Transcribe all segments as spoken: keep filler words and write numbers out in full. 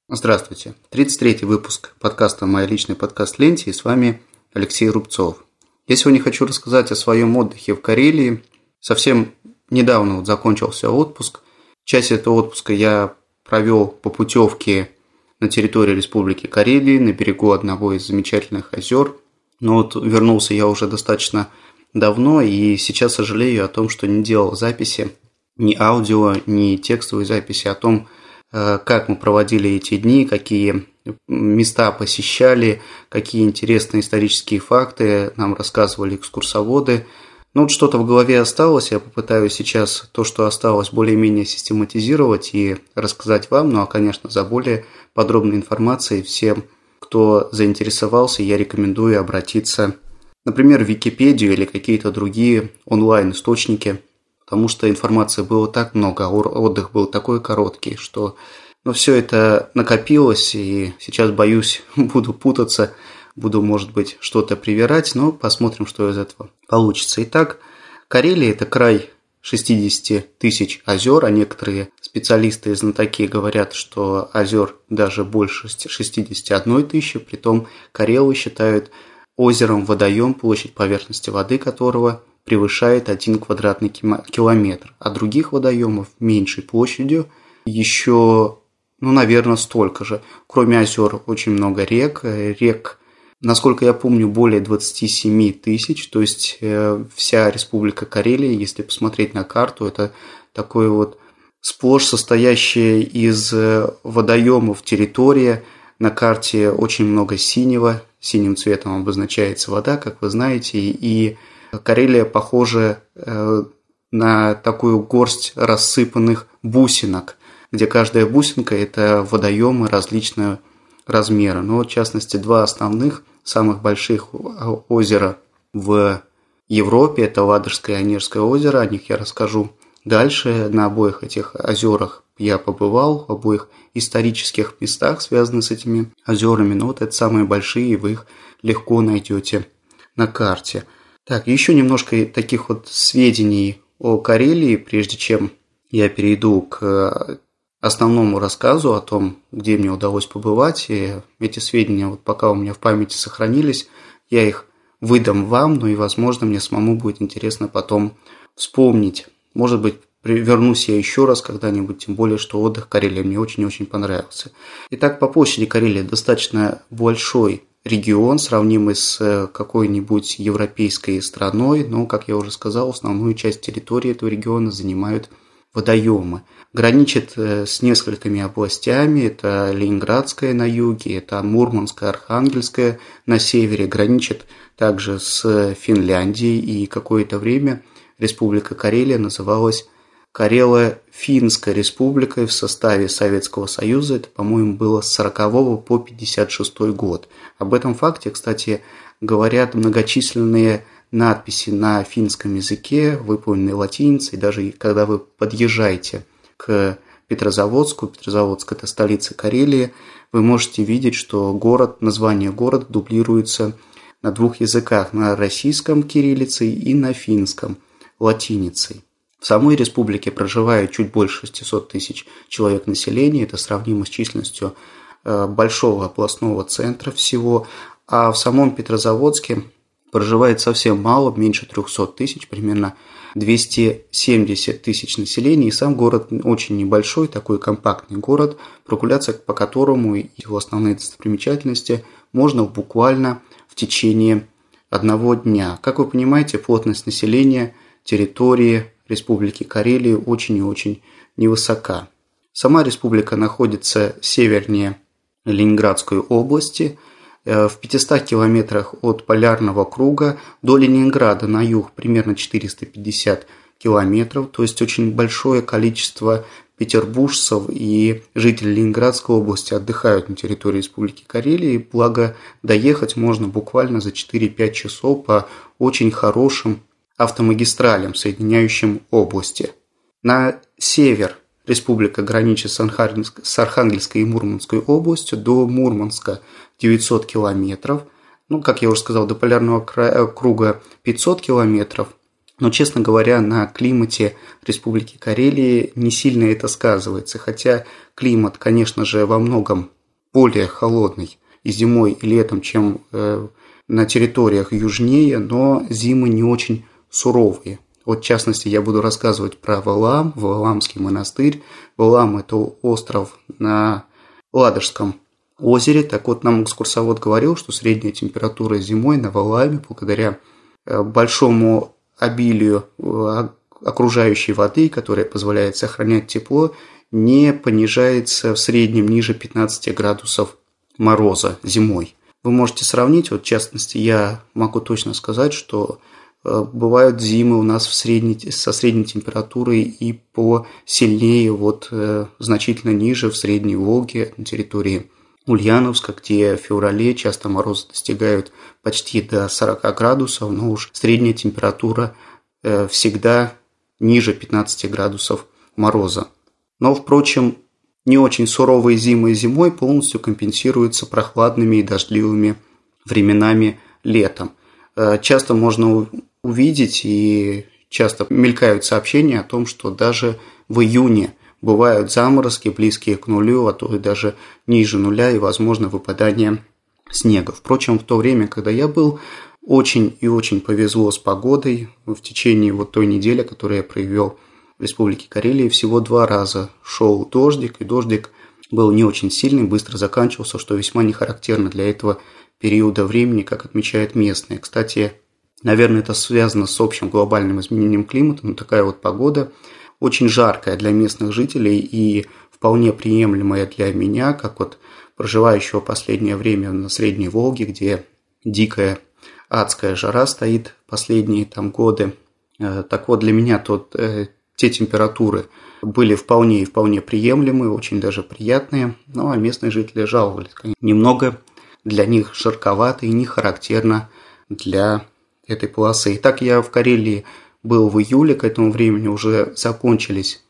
Здравствуйте. тридцать третий выпуск подкаста «Моя личная подкаст-ленте», и с вами Алексей Рубцов. Я сегодня хочу рассказать о своем отдыхе в Карелии. Совсем недавно вот закончился отпуск. Часть этого отпуска я провел по путевке на территории Республики Карелии, на берегу одного из замечательных озер. Но вот вернулся я уже достаточно давно, и сейчас сожалею о том, что не делал записи, ни аудио, ни текстовой записи о том, как мы проводили эти дни, какие места посещали, какие интересные исторические факты нам рассказывали экскурсоводы. Ну вот что-то в голове осталось, я попытаюсь сейчас то, что осталось, более-менее систематизировать и рассказать вам. Ну а, конечно, за более подробной информацией всем, кто заинтересовался, я рекомендую обратиться, например, в Википедию или какие-то другие онлайн-источники, потому что информации было так много, а отдых был такой короткий, что ну, все это накопилось, и сейчас, боюсь, буду путаться, буду, может быть, что-то привирать, но посмотрим, что из этого получится. Итак, Карелия – это край шестьдесят тысяч озер, а некоторые специалисты и знатоки говорят, что озер даже больше шестьдесят одной тысячи, притом карелы считают озером водоем, площадь поверхности воды которого превышает один квадратный километр, а других водоемов меньшей площадью еще, ну, наверное, столько же. Кроме озер очень много рек. Рек, насколько я помню, более двадцать семь тысяч, то есть э, вся Республика Карелия, если посмотреть на карту, это такой вот сплошь состоящая из водоемов территория. На карте очень много синего, синим цветом обозначается вода, как вы знаете, и Карелия похожа э, на такую горсть рассыпанных бусинок, где каждая бусинка – это водоемы различного размера. Но, в частности, два основных, самых больших озера в Европе – это Ладожское и Онежское озеро, о них я расскажу дальше. На обоих этих озерах я побывал, в обоих исторических местах, связанных с этими озерами. Но вот это самые большие, и вы их легко найдете на карте. Так, еще немножко таких вот сведений о Карелии, прежде чем я перейду к основному рассказу о том, где мне удалось побывать. И эти сведения, вот пока у меня в памяти сохранились, я их выдам вам, ну и, возможно, мне самому будет интересно потом вспомнить. Может быть, вернусь я еще раз когда-нибудь, тем более, что отдых в Карелии мне очень-очень понравился. Итак, по площади Карелия достаточно большой регион, сравнимый с какой-нибудь европейской страной, но, как я уже сказал, основную часть территории этого региона занимают водоемы. Граничит с несколькими областями, это Ленинградская на юге, это Мурманская, Архангельская на севере, граничит также с Финляндией, и какое-то время Республика Карелия называлась Карело-Финской республикой в составе Советского Союза. Это, по-моему, было с сорокового по пятьдесят шестой год. Об этом факте, кстати, говорят многочисленные надписи на финском языке, выполненные латиницей. Даже когда вы подъезжаете к Петрозаводску, Петрозаводск – это столица Карелии, вы можете видеть, что город, название города дублируется на двух языках, на российском кириллицей и на финском латиницей. В самой республике проживает чуть больше шестьсот тысяч человек населения, это сравнимо с численностью большого областного центра всего, а в самом Петрозаводске проживает совсем мало, меньше трехсот тысяч, примерно двести семьдесят тысяч населения, и сам город очень небольшой, такой компактный город, прогуляться по которому и его основные достопримечательности можно буквально в течение одного дня. Как вы понимаете, плотность населения территории Республики Карелии очень и очень невысока. Сама республика находится севернее Ленинградской области, в пятистах километрах от полярного круга, до Ленинграда на юг примерно четыреста пятьдесят километров, то есть очень большое количество петербуржцев и жителей Ленинградской области отдыхают на территории Республики Карелии, благо доехать можно буквально за четыре-пять часов по очень хорошим автомагистралям, соединяющим области. На север республика граничит с Архангельской и Мурманской областью, до Мурманска девятьсот километров, ну, как я уже сказал, до полярного круга пятьсот километров, Но, честно говоря, на климате Республики Карелии не сильно это сказывается, хотя климат, конечно же, во многом более холодный и зимой, и летом, чем на территориях южнее, но зимы не очень суровые. Вот, в частности, я буду рассказывать про Валаам, Валаамский монастырь. Валаам – это остров на Ладожском озере. Так вот, нам экскурсовод говорил, что средняя температура зимой на Валааме, благодаря большому обилию окружающей воды, которая позволяет сохранять тепло, не понижается в среднем ниже пятнадцати градусов мороза зимой. Вы можете сравнить, вот в частности, я могу точно сказать, что бывают зимы у нас в средней, со средней температурой и посильнее, вот э, значительно ниже в Средней Волге, на территории Ульяновска, где в феврале часто морозы достигают почти до сорока градусов, но уж средняя температура э, всегда ниже пятнадцати градусов мороза. Но, впрочем, не очень суровые зимы зимой полностью компенсируются прохладными и дождливыми временами летом. Э, часто можно увидеть и часто мелькают сообщения о том, что даже в июне бывают заморозки, близкие к нулю, а то и даже ниже нуля, и возможно выпадание снега. Впрочем, в то время, когда я был, очень и очень повезло с погодой. В течение вот той недели, которую я провел в Республике Карелия, всего два раза шел дождик, и дождик был не очень сильный, быстро заканчивался, что весьма не характерно для этого периода времени, как отмечают местные. Кстати, наверное, это связано с общим глобальным изменением климата, но такая вот погода очень жаркая для местных жителей и вполне приемлемая для меня, как вот проживающего последнее время на Средней Волге, где дикая адская жара стоит последние там годы. Так вот, для меня тут э, те температуры были вполне и вполне приемлемые, очень даже приятные, ну а местные жители жаловались. Немного для них жарковато и не характерно для этой полосы. Итак, я в Карелии был в июле, к этому времени уже закончились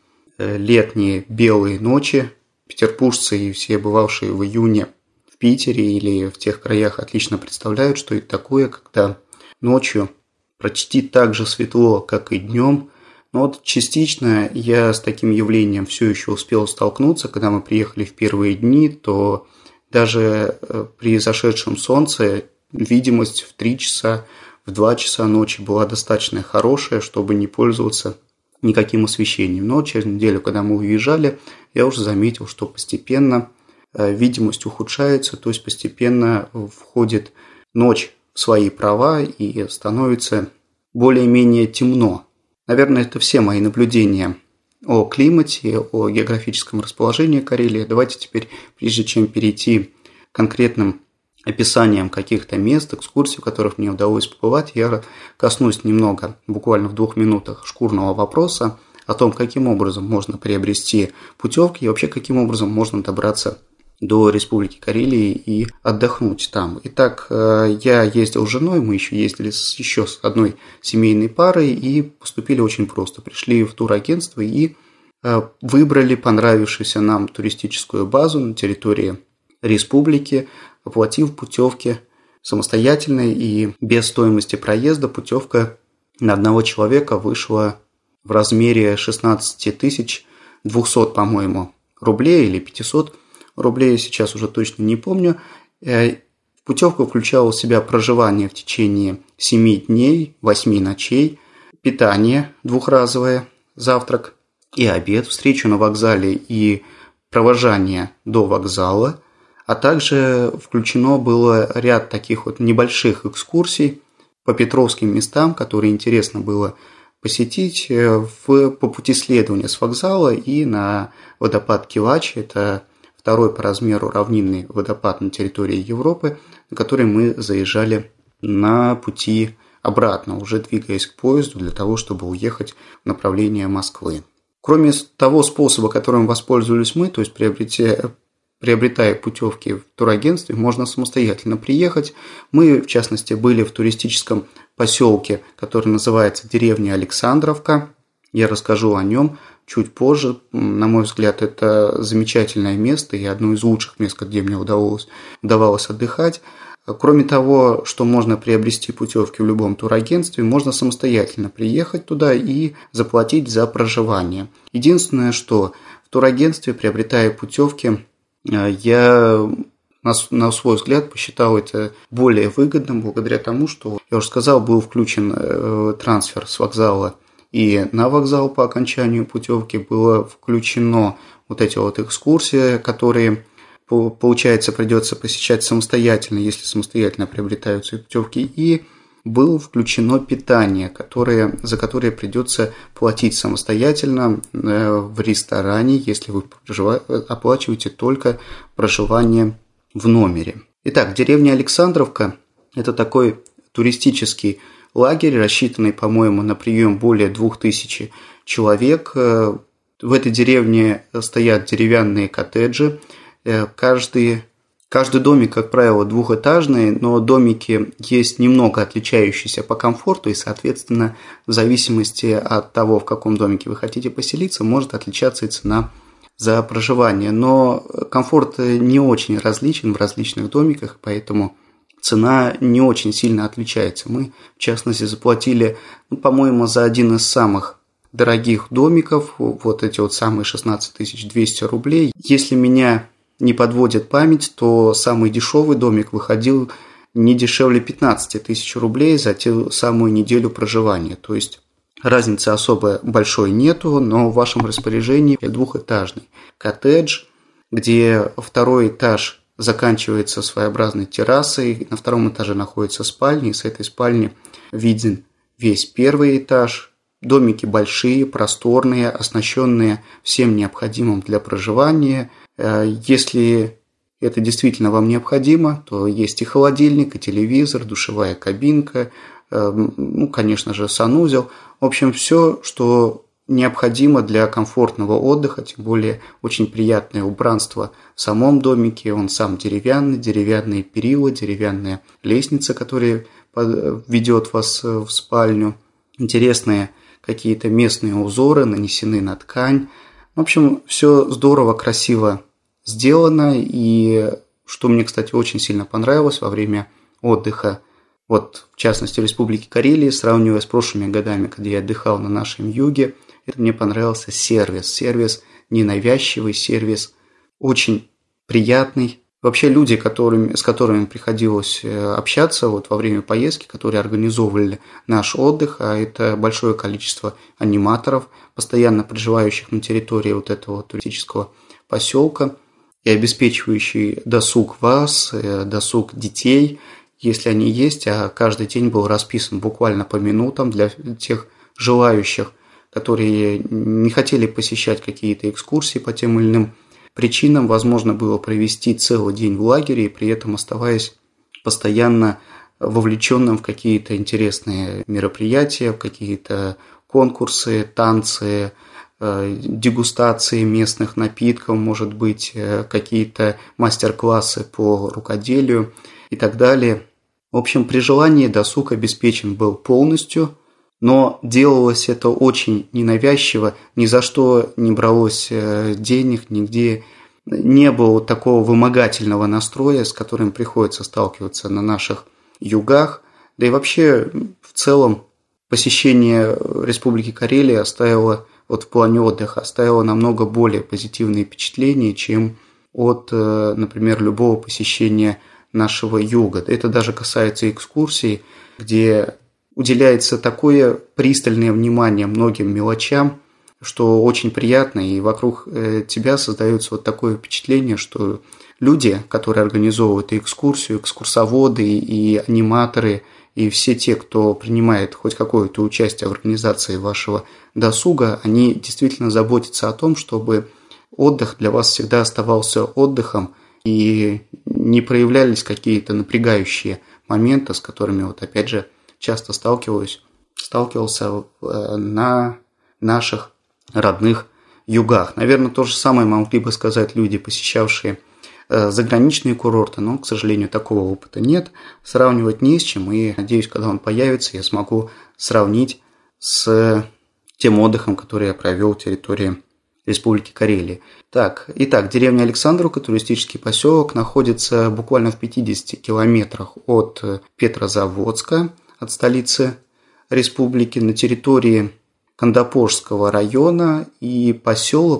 летние белые ночи. Петербуржцы и все бывавшие в июне в Питере или в тех краях отлично представляют, что это такое, когда ночью почти так же светло, как и днем. Но вот частично я с таким явлением все еще успел столкнуться. Когда мы приехали в первые дни, то даже при зашедшем солнце видимость в три часа, в два часа ночи была достаточно хорошая, чтобы не пользоваться никаким освещением. Но через неделю, когда мы уезжали, я уже заметил, что постепенно видимость ухудшается, то есть постепенно входит ночь в свои права и становится более-менее темно. Наверное, это все мои наблюдения о климате, о географическом расположении Карелии. Давайте теперь, прежде чем перейти к конкретным описанием каких-то мест, экскурсий, в которых мне удалось побывать, я коснусь немного, буквально в двух минутах, шкурного вопроса о том, каким образом можно приобрести путевки и вообще каким образом можно добраться до Республики Карелии и отдохнуть там. Итак, я ездил с женой, мы еще ездили с, еще с одной семейной парой и поступили очень просто. Пришли в турагентство и выбрали понравившуюся нам туристическую базу на территории республики, оплатив путевки самостоятельно и без стоимости проезда. Путевка на одного человека вышла в размере шестнадцать тысяч двести, по-моему, рублей или пятьсот рублей, сейчас уже точно не помню. Путевка включала в себя проживание в течение семи дней, восьми ночей, питание двухразовое, завтрак и обед, встречу на вокзале и провожание до вокзала, а также включено было ряд таких вот небольших экскурсий по петровским местам, которые интересно было посетить в, по пути следования с вокзала и на водопад Кивач. Это второй по размеру равнинный водопад на территории Европы, на который мы заезжали на пути обратно, уже двигаясь к поезду для того, чтобы уехать в направлении Москвы. Кроме того способа, которым воспользовались мы, то есть приобретя, приобретая путевки в турагентстве, можно самостоятельно приехать. Мы, в частности, были в туристическом поселке, который называется деревня Александровка. Я расскажу о нем чуть позже. На мой взгляд, это замечательное место и одно из лучших мест, где мне удавалось, удавалось отдыхать. Кроме того, что можно приобрести путевки в любом турагентстве, можно самостоятельно приехать туда и заплатить за проживание. Единственное, что в турагентстве, приобретая путевки, я на, на свой взгляд посчитал это более выгодным благодаря тому, что, я уже сказал, был включен э, трансфер с вокзала и на вокзал по окончанию путевки, было включено вот эти вот экскурсии, которые, получается, придется посещать самостоятельно, если самостоятельно приобретаются путевки, и было включено питание, которое, за которое придется платить самостоятельно в ресторане, если вы оплачиваете только проживание в номере. Итак, деревня Александровка – это такой туристический лагерь, рассчитанный, по-моему, на прием более двух тысяч человек. В этой деревне стоят деревянные коттеджи. Каждый, каждый домик, как правило, двухэтажный, но домики есть немного отличающиеся по комфорту, и, соответственно, в зависимости от того, в каком домике вы хотите поселиться, может отличаться и цена за проживание. Но комфорт не очень различен в различных домиках, поэтому цена не очень сильно отличается. Мы, в частности, заплатили, ну, по-моему, за один из самых дорогих домиков, вот эти вот самые шестнадцать тысяч двести рублей. Если меня не подводит память, то самый дешевый домик выходил не дешевле пятнадцать тысяч рублей за ту самую неделю проживания. То есть разницы особо большой нету, но в вашем распоряжении двухэтажный коттедж, где второй этаж заканчивается своеобразной террасой, на втором этаже находится спальня, и с этой спальни виден весь первый этаж. Домики большие, просторные, оснащенные всем необходимым для проживания. Если это действительно вам необходимо, то есть и холодильник, и телевизор, душевая кабинка, ну, конечно же, санузел. В общем, все, что необходимо для комфортного отдыха, тем более очень приятное убранство в самом домике. Он сам деревянный, деревянные перила, деревянная лестница, которая ведет вас в спальню. Интересные какие-то местные узоры нанесены на ткань. В общем, все здорово, красиво сделано. И что мне, кстати, очень сильно понравилось во время отдыха, вот в частности в Республике Карелия, сравнивая с прошлыми годами, когда я отдыхал на нашем юге, это мне понравился сервис. Сервис ненавязчивый, сервис очень приятный. Вообще люди, которыми, с которыми приходилось общаться вот во время поездки, которые организовывали наш отдых, а это большое количество аниматоров, постоянно проживающих на территории вот этого туристического поселка и обеспечивающий досуг вас, досуг детей, если они есть, а каждый день был расписан буквально по минутам для тех желающих, которые не хотели посещать какие-то экскурсии по тем или иным причинам. Возможно было провести целый день в лагере и при этом оставаясь постоянно вовлеченным в какие-то интересные мероприятия, в какие-то конкурсы, танцы, дегустации местных напитков, может быть, какие-то мастер-классы по рукоделию и так далее. В общем, при желании досуг обеспечен был полностью, но делалось это очень ненавязчиво, ни за что не бралось денег, нигде не было такого вымогательного настроя, с которым приходится сталкиваться на наших югах. Да и вообще, в целом, посещение Республики Карелия оставило, вот в плане отдыха, оставило намного более позитивные впечатления, чем от, например, любого посещения нашего юга. Это даже касается экскурсий, где уделяется такое пристальное внимание многим мелочам, что очень приятно, и вокруг тебя создается вот такое впечатление, что люди, которые организовывают и экскурсию, экскурсоводы, и аниматоры, и все те, кто принимает хоть какое-то участие в организации вашего досуга, они действительно заботятся о том, чтобы отдых для вас всегда оставался отдыхом, и не проявлялись какие-то напрягающие моменты, с которыми, вот опять же, часто сталкиваюсь, сталкивался на наших родных югах. Наверное, то же самое могли бы сказать люди, посещавшие заграничные курорты, но, к сожалению, такого опыта нет. Сравнивать не с чем, и, надеюсь, когда он появится, я смогу сравнить с тем отдыхом, который я провел в территории Республики Карелия. Так, итак, деревня Александровка, туристический поселок, находится буквально в пятидесяти километрах от Петрозаводска, от столицы республики, на территории Кандапожского района, и поселок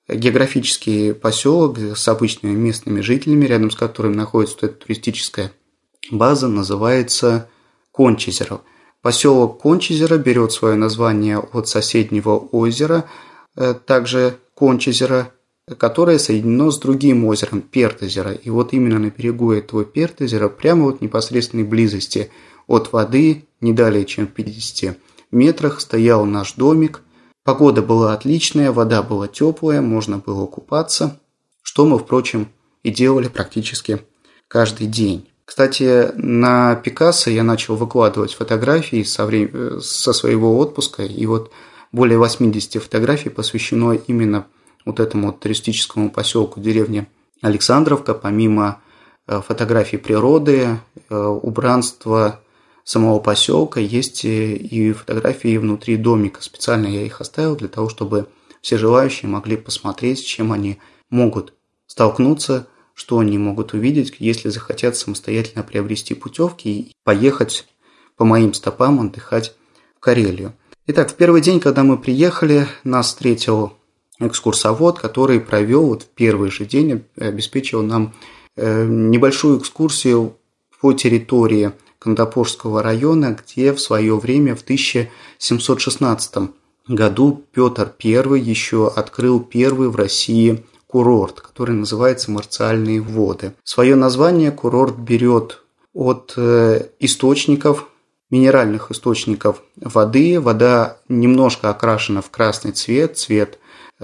географический поселок с обычными местными жителями, рядом с которым находится эта туристическая база, называется Кончезеро. Поселок Кончезеро берет свое название от соседнего озера, также Кончезеро, которое соединено с другим озером Пертозеро. И вот именно на берегу этого Пертозера, прямо вот в непосредственной близости от воды, не далее чем в пятидесяти метрах, стоял наш домик. Погода была отличная, вода была теплая, можно было купаться, что мы, впрочем, и делали практически каждый день. Кстати, на Пикассо я начал выкладывать фотографии со, вре... со своего отпуска, и вот более восьмидесяти фотографий посвящено именно вот этому вот туристическому поселку, деревне Александровка. Помимо фотографий природы, убранства самого поселка, есть и фотографии внутри домика. Специально я их оставил для того, чтобы все желающие могли посмотреть, с чем они могут столкнуться, что они могут увидеть, если захотят самостоятельно приобрести путевки и поехать по моим стопам отдыхать в Карелию. Итак, в первый день, когда мы приехали, нас встретил экскурсовод, который провел вот в первый же день, обеспечил нам небольшую экскурсию по территории Кандапорского района, где в свое время в тысяча семьсот шестнадцатом году Петр Первый еще открыл первый в России курорт, который называется Марциальные воды. Свое название курорт берет от источников, минеральных источников воды. Вода немножко окрашена в красный цвет, цвет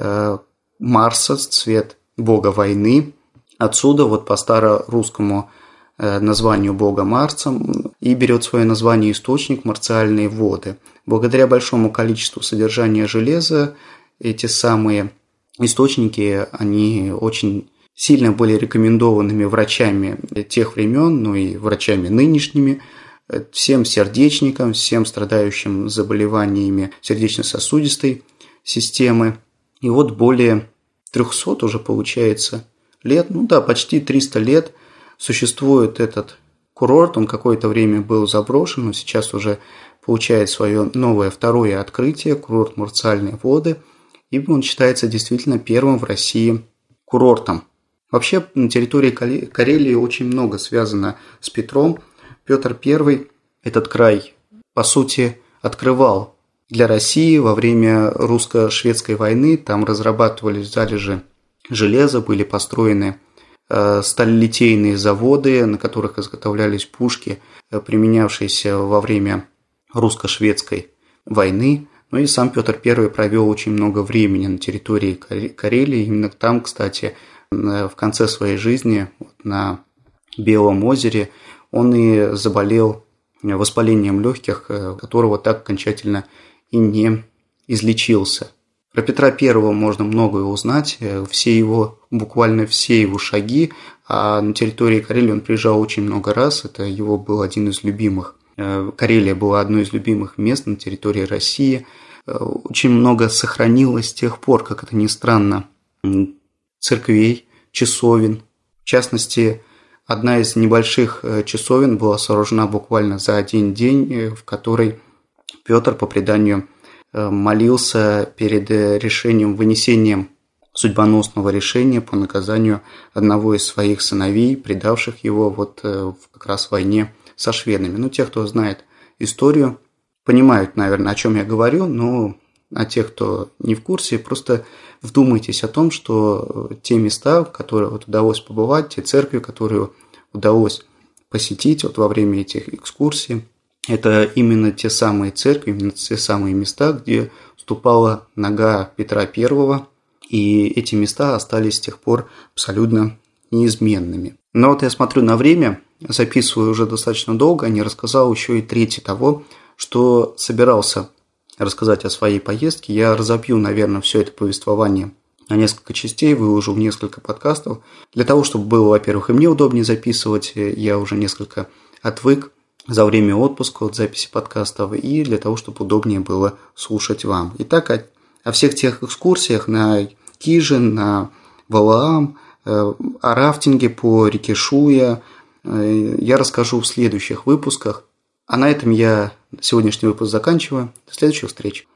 Марса, цвет бога войны. Отсюда вот по старорусскому названию бога Марса и берет свое название источник Марциальные воды. Благодаря большому количеству содержания железа эти самые источники, они очень сильно были рекомендованными врачами тех времен, ну и врачами нынешними, всем сердечникам, всем страдающим заболеваниями сердечно-сосудистой системы. И вот более трехсот уже получается лет, ну да, почти триста лет существует этот курорт. Он какое-то время был заброшен, но сейчас уже получает свое новое второе открытие, курорт Марциальные воды, и он считается действительно первым в России курортом. Вообще на территории Карелии очень много связано с Петром. Петр Первый этот край, по сути, открывал для России во время русско-шведской войны. Там разрабатывались залежи железа, были построены сталелитейные заводы, на которых изготовлялись пушки, применявшиеся во время русско-шведской войны. Ну и сам Петр Первый провел очень много времени на территории Карелии. Именно там, кстати, в конце своей жизни на Белом озере он и заболел воспалением легких, которого так окончательно и не излечился. Про Петра Первого можно многое узнать, все его, буквально все его шаги, а на территории Карелии он приезжал очень много раз, это его был один из любимых. Карелия была одной из любимых мест на территории России. Очень много сохранилось с тех пор, как это ни странно, церквей, часовен. В частности, одна из небольших часовен была сооружена буквально за один день, в которой Петр, по преданию, молился перед решением, вынесением судьбоносного решения по наказанию одного из своих сыновей, предавших его вот как раз в войне со шведами. Ну, те, кто знает историю, понимают, наверное, о чем я говорю, но а те, кто не в курсе, просто вдумайтесь о том, что те места, в которые вот удалось побывать, те церкви, которые удалось посетить вот во время этих экскурсий, это именно те самые церкви, именно те самые места, где ступала нога Петра Первого, и эти места остались с тех пор абсолютно неизменными. Но вот я смотрю на время, записываю уже достаточно долго, не рассказал еще и трети того, что собирался рассказать о своей поездке. Я разобью, наверное, все это повествование на несколько частей, выложу в несколько подкастов, для того, чтобы было, во-первых, и мне удобнее записывать, я уже несколько отвык за время отпуска от записи подкастов, и для того, чтобы удобнее было слушать вам. Итак, о, о всех тех экскурсиях на Кижин, на Валаам, о рафтинге по реке Шуя я расскажу в следующих выпусках. А на этом я сегодняшний выпуск заканчиваю. До следующих встреч.